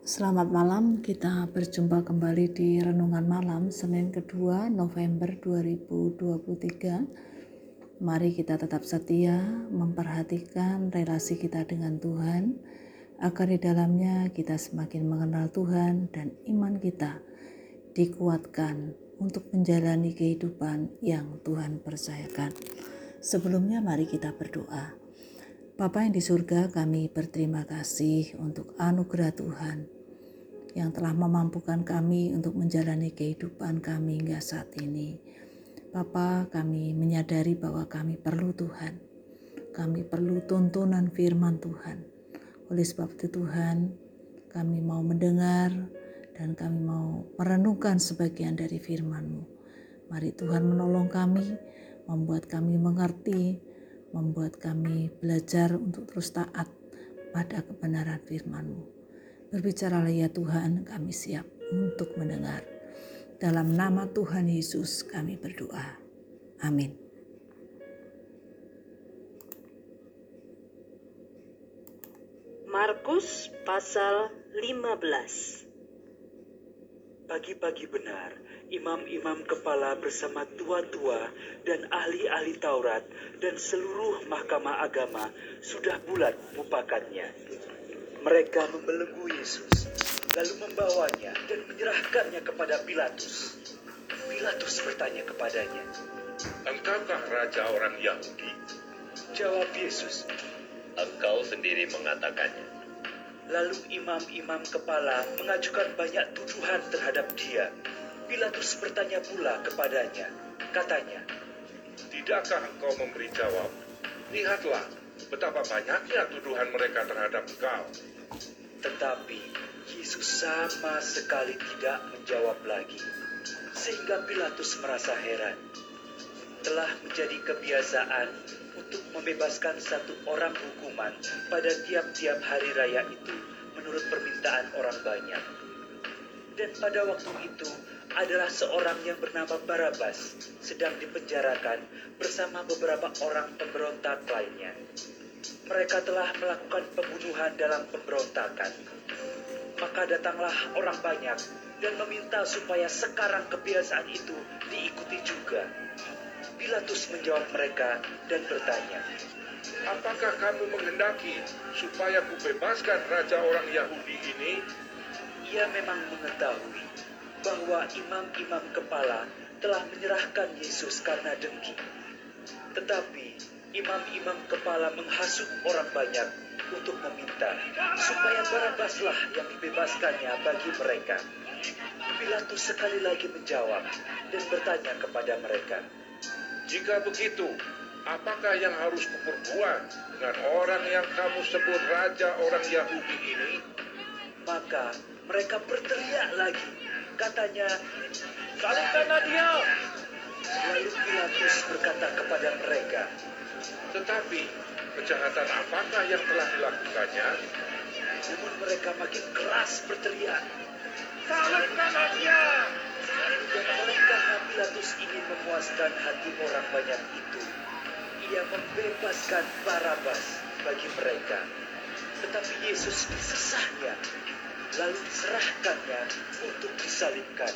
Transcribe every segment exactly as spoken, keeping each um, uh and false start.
Selamat malam, kita berjumpa kembali di Renungan Malam Senin kedua November dua ribu dua puluh tiga. Mari kita tetap setia memperhatikan relasi kita dengan Tuhan, agar di dalamnya kita semakin mengenal Tuhan dan iman kita dikuatkan untuk menjalani kehidupan yang Tuhan percayakan. Sebelumnya mari kita berdoa. Bapa yang di surga, kami berterima kasih untuk anugerah Tuhan yang telah memampukan kami untuk menjalani kehidupan kami hingga saat ini. Bapa, kami menyadari bahwa kami perlu Tuhan. Kami perlu tuntunan firman Tuhan. Oleh sebab itu Tuhan, kami mau mendengar dan kami mau merenungkan sebagian dari firman-Mu. Mari Tuhan menolong kami, membuat kami mengerti, membuat kami belajar untuk terus taat pada kebenaran firman-Mu. Berbicaralah ya Tuhan, kami siap untuk mendengar. Dalam nama Tuhan Yesus kami berdoa. Amin. Markus pasal lima belas. Pagi-pagi benar, imam-imam kepala bersama tua-tua dan ahli-ahli Taurat dan seluruh mahkamah agama sudah bulat mupakannya. Mereka membelenggu Yesus, lalu membawanya dan menyerahkannya kepada Pilatus. Pilatus bertanya kepadanya, "Engkaukah raja orang Yahudi?" Jawab Yesus, "Engkau sendiri mengatakannya." Lalu imam-imam kepala mengajukan banyak tuduhan terhadap dia. Pilatus bertanya pula kepadanya, katanya, "Tidakkah engkau memberi jawab? Lihatlah betapa banyaknya tuduhan mereka terhadap engkau." Tetapi Yesus sama sekali tidak menjawab lagi, sehingga Pilatus merasa heran. Telah menjadi kebiasaan untuk membebaskan satu orang hukuman pada tiap-tiap hari raya itu menurut permintaan orang banyak. Dan pada waktu itu adalah seorang yang bernama Barabas sedang dipenjarakan bersama beberapa orang pemberontak lainnya. Mereka telah melakukan pembunuhan dalam pemberontakan. Maka datanglah orang banyak dan meminta supaya sekarang kebiasaan itu diikuti juga. Pilatus menjawab mereka dan bertanya, "Apakah kamu menghendaki supaya kubebaskan raja orang Yahudi ini?" Ia memang mengetahui bahwa imam-imam kepala telah menyerahkan Yesus karena dengki. Tetapi imam-imam kepala menghasut orang banyak untuk meminta supaya Barabaslah yang dibebaskannya bagi mereka. Pilatus sekali lagi menjawab dan bertanya kepada mereka, "Jika begitu, apakah yang harus kuperbuat dengan orang yang kamu sebut raja orang Yahudi ini?" Maka mereka berteriak lagi, katanya, "Salibkanlah dia!" Lalu Pilatus berkata kepada mereka, Tetapi kejahatan apakah yang telah dilakukannya? namun mereka makin keras berteriak. "Salibkanlah dia!" Dan oleh karena Pilatus ingin memuaskan hati orang banyak itu, ia membebaskan Barabas bagi mereka. Tetapi Yesus disesahnya, lalu diserahkannya untuk disalibkan.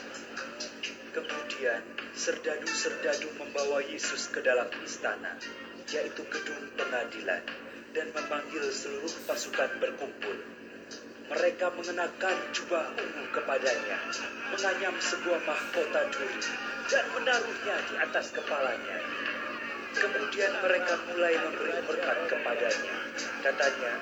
Kemudian serdadu-serdadu membawa Yesus ke dalam istana, yaitu gedung pengadilan, dan memanggil seluruh pasukan berkumpul. Mereka mengenakan jubah ungu kepadanya, menganyam sebuah mahkota duri, dan menaruhnya di atas kepalanya. Kemudian mereka mulai memberi berkat kepadanya. Katanya,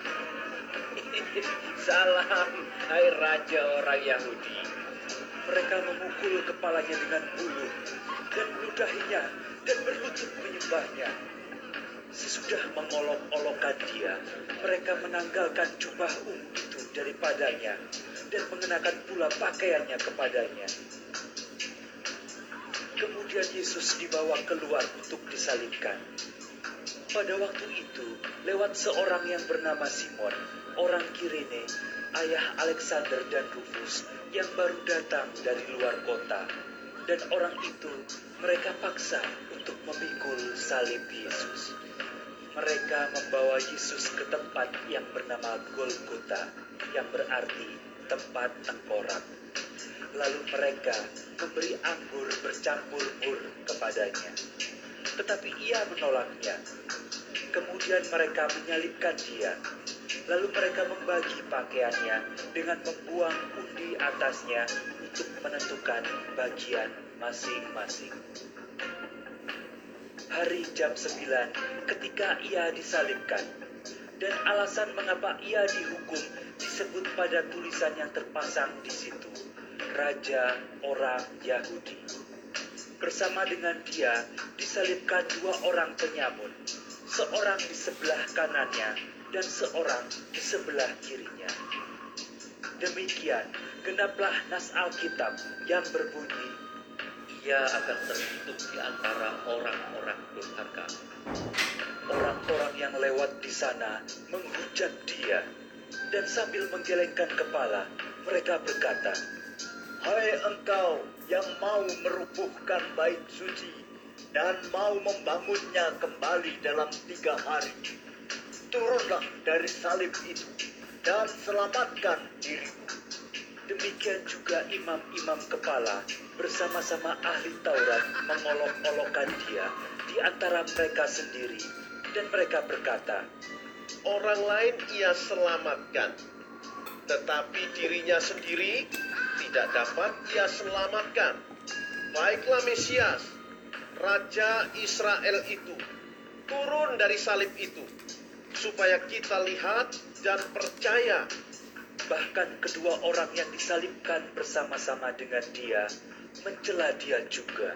"Salam, hai Raja orang Yahudi." mereka memukul kepalanya dengan bulu dan meludahinya dan berlutut menyembahnya. Sesudah mengolok-olokkan dia, mereka menanggalkan jubah ungu itu daripadanya dan mengenakan pula pakaiannya kepadanya. Kemudian Yesus dibawa keluar untuk disalibkan. Pada waktu itu, lewat seorang yang bernama Simon, orang Kirene, ayah Alexander dan Rufus, yang baru datang dari luar kota. Dan orang itu mereka paksa untuk memikul salib Yesus. Mereka membawa Yesus ke tempat yang bernama Golgota, yang berarti tempat tengkorak. Lalu mereka memberi anggur bercampur mur kepadanya. Tetapi ia menolaknya. Kemudian mereka menyalibkan dia. Lalu mereka membagi pakaiannya dengan membuang undi atasnya untuk menentukan bagian masing-masing. Hari jam sembilan ketika ia disalibkan, dan alasan mengapa ia dihukum disebut pada tulisan yang terpasang di situ, Raja Orang Yahudi. Bersama dengan dia disalibkan dua orang penyamun, seorang di sebelah kanannya dan seorang di sebelah kirinya. Demikian genaplah nas Alkitab yang berbunyi, Ia akan tertutup di antara orang-orang durhaka. orang-orang yang lewat di sana menghujat dia, dan sambil menggelengkan kepala, mereka berkata, Hai engkau yang mau merubuhkan bait suci dan mau membangunnya kembali dalam tiga hari, turunlah dari salib itu dan selamatkan dirimu. Demikian juga imam-imam kepala bersama-sama ahli Taurat mengolok-olokkan dia di antara mereka sendiri, dan mereka berkata, Orang lain ia selamatkan, tetapi dirinya sendiri tidak dapat ia selamatkan. Baiklah Mesias, Raja Israel itu, turun dari salib itu, supaya kita lihat dan percaya. Bahkan kedua orang yang disalibkan bersama-sama dengan dia mencela dia juga.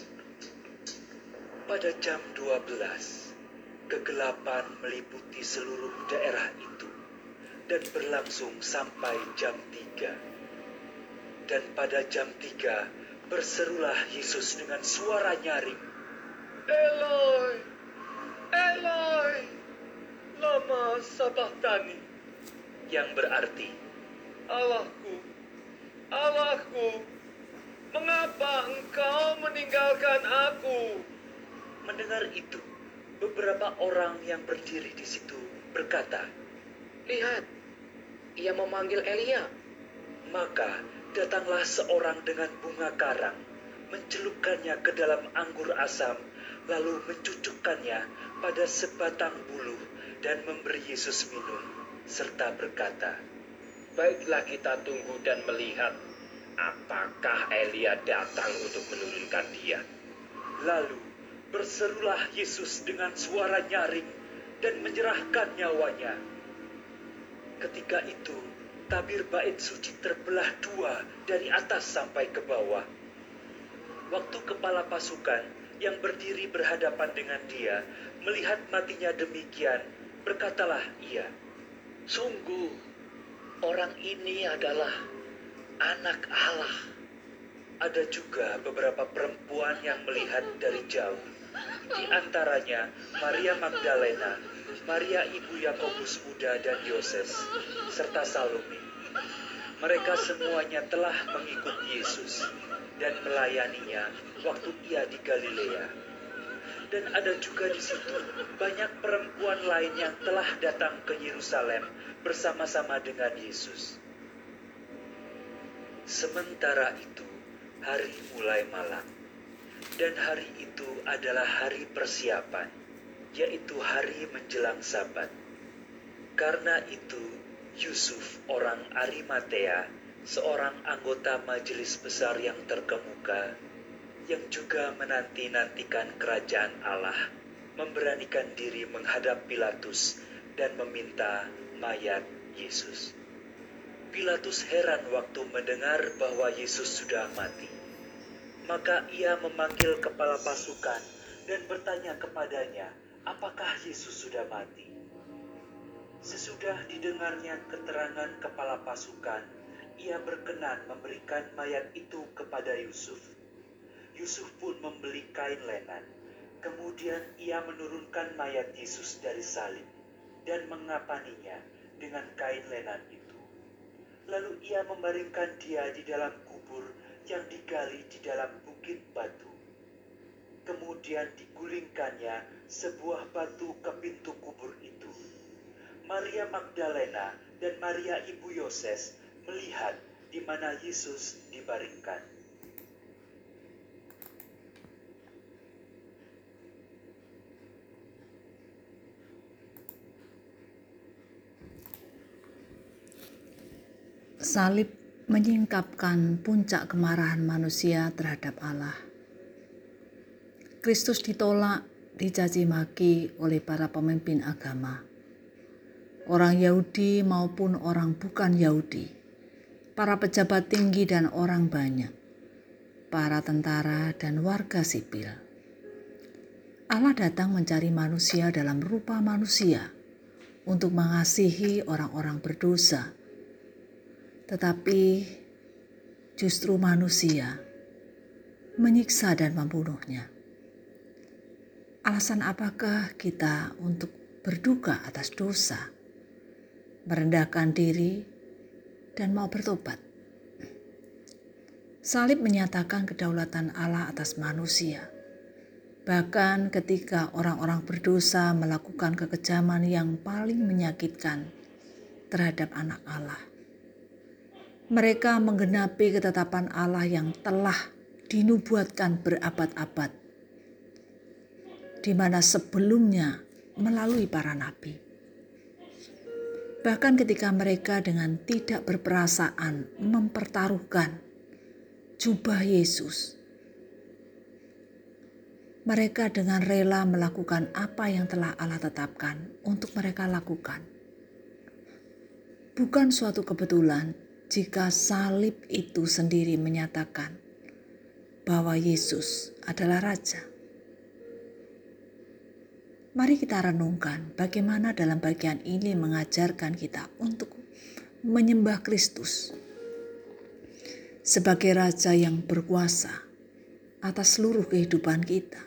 Pada jam dua belas, kegelapan meliputi seluruh daerah itu dan berlangsung sampai jam tiga. Dan pada jam tiga berserulah Yesus dengan suara nyaring, Eloi, Eloi, lama sabachthani, yang berarti, Allahku, Allahku, mengapa engkau meninggalkan aku? mendengar itu, beberapa orang yang berdiri di situ berkata, Lihat, ia memanggil Elia. Maka datanglah seorang dengan bunga karang, mencelupkannya ke dalam anggur asam, lalu mencucukkannya pada sebatang buluh dan memberi Yesus minum, serta berkata, Baiklah kita tunggu dan melihat apakah Elia datang untuk menurunkan dia. Lalu berserulah Yesus dengan suara nyaring dan menyerahkan nyawanya. Ketika itu, tabir bait suci terbelah dua dari atas sampai ke bawah. Waktu kepala pasukan yang berdiri berhadapan dengan dia melihat matinya demikian, berkatalah ia, Sungguh, orang ini adalah anak Allah. Ada juga beberapa perempuan yang melihat dari jauh, di antaranya Maria Magdalena, Maria ibu Yakobus muda dan Yoses, serta Salome. Mereka semuanya telah mengikut Yesus dan melayaninya waktu ia di Galilea. Dan ada juga di situ banyak perempuan lain yang telah datang ke Yerusalem bersama-sama dengan Yesus. Sementara itu, hari mulai malam, dan hari itu adalah hari persiapan, yaitu hari menjelang Sabat. Karena itu, Yusuf orang Arimatea, seorang anggota majelis besar yang terkemuka, yang juga menanti-nantikan kerajaan Allah, memberanikan diri menghadap Pilatus dan meminta mayat Yesus. Pilatus heran waktu mendengar bahwa Yesus sudah mati. Maka ia memanggil kepala pasukan dan bertanya kepadanya, apakah Yesus sudah mati? Sesudah didengarnya keterangan kepala pasukan, ia berkenan memberikan mayat itu kepada Yusuf. Yusuf pun membeli kain lenan. Kemudian ia menurunkan mayat Yesus dari salib dan mengapaninya dengan kain lenan itu. Lalu ia membaringkan dia di dalam kubur yang digali di dalam bukit batu. Kemudian digulingkannya sebuah batu ke pintu kubur itu. Maria Magdalena dan Maria ibu Yoses melihat di mana Yesus dibaringkan. Salib menyingkapkan puncak kemarahan manusia terhadap Allah. Kristus ditolak, dicaci maki oleh para pemimpin agama, orang Yahudi maupun orang bukan Yahudi, para pejabat tinggi dan orang banyak, para tentara dan warga sipil. Allah datang mencari manusia dalam rupa manusia untuk mengasihi orang-orang berdosa. Tetapi justru manusia menyiksa dan membunuhnya. Alasan apakah kita untuk berduka atas dosa, merendahkan diri, dan mau bertobat? Salib menyatakan kedaulatan Allah atas manusia. Bahkan ketika orang-orang berdosa melakukan kekejaman yang paling menyakitkan terhadap anak Allah. Mereka menggenapi ketetapan Allah yang telah dinubuatkan berabad-abad, di mana sebelumnya melalui para nabi. Bahkan ketika mereka dengan tidak berperasaan mempertaruhkan jubah Yesus, mereka dengan rela melakukan apa yang telah Allah tetapkan untuk mereka lakukan. Bukan suatu kebetulan jika salib itu sendiri menyatakan bahwa Yesus adalah Raja. Mari kita renungkan bagaimana dalam bagian ini mengajarkan kita untuk menyembah Kristus sebagai Raja yang berkuasa atas seluruh kehidupan kita.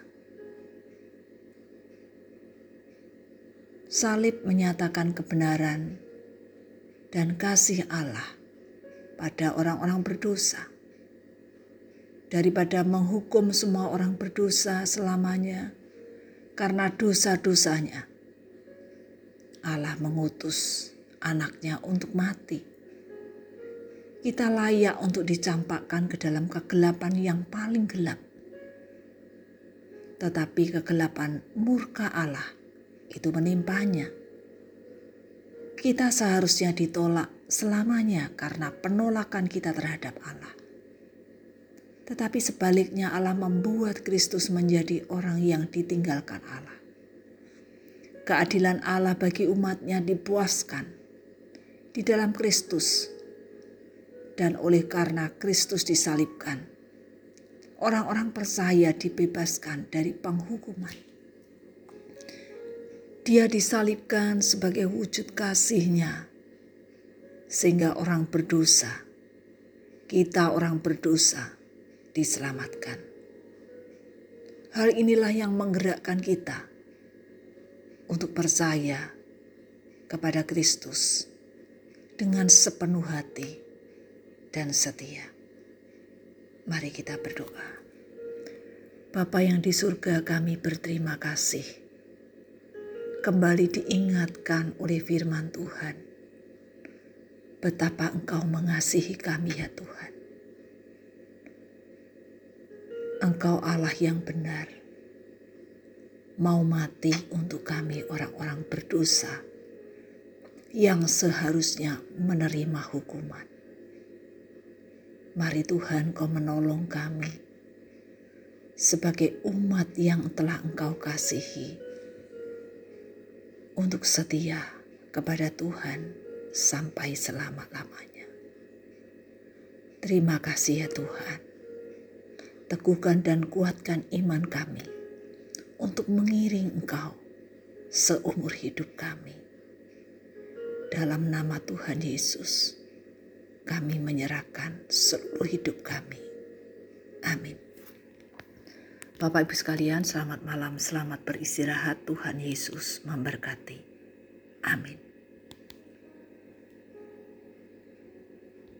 Salib menyatakan kebenaran dan kasih Allah pada orang-orang berdosa. Daripada menghukum semua orang berdosa selamanya karena dosa-dosanya, Allah mengutus anaknya untuk mati. Kita layak untuk dicampakkan ke dalam kegelapan yang paling gelap. Tetapi kegelapan murka Allah itu menimpanya. Kita seharusnya ditolak selamanya karena penolakan kita terhadap Allah. Tetapi sebaliknya Allah membuat Kristus menjadi orang yang ditinggalkan Allah. Keadilan Allah bagi umatnya dipuaskan di dalam Kristus. Dan oleh karena Kristus disalibkan, orang-orang percaya dibebaskan dari penghukuman. Dia disalibkan sebagai wujud kasih-Nya, sehingga orang berdosa, kita orang berdosa, diselamatkan. Hal inilah yang menggerakkan kita untuk percaya kepada Kristus dengan sepenuh hati dan setia. Mari kita berdoa. Bapa yang di surga, kami berterima kasih. Kembali diingatkan oleh firman Tuhan, betapa Engkau mengasihi kami ya Tuhan. Engkau Allah yang benar, mau mati untuk kami orang-orang berdosa yang seharusnya menerima hukuman. Mari Tuhan, Kau menolong kami sebagai umat yang telah Engkau kasihi untuk setia kepada Tuhan sampai selama-lamanya. Terima kasih ya Tuhan. Teguhkan dan kuatkan iman kami untuk mengiring Engkau seumur hidup kami. Dalam nama Tuhan Yesus, kami menyerahkan seluruh hidup kami. Amin. Bapak Ibu sekalian, selamat malam, selamat beristirahat. Tuhan Yesus memberkati. Amin.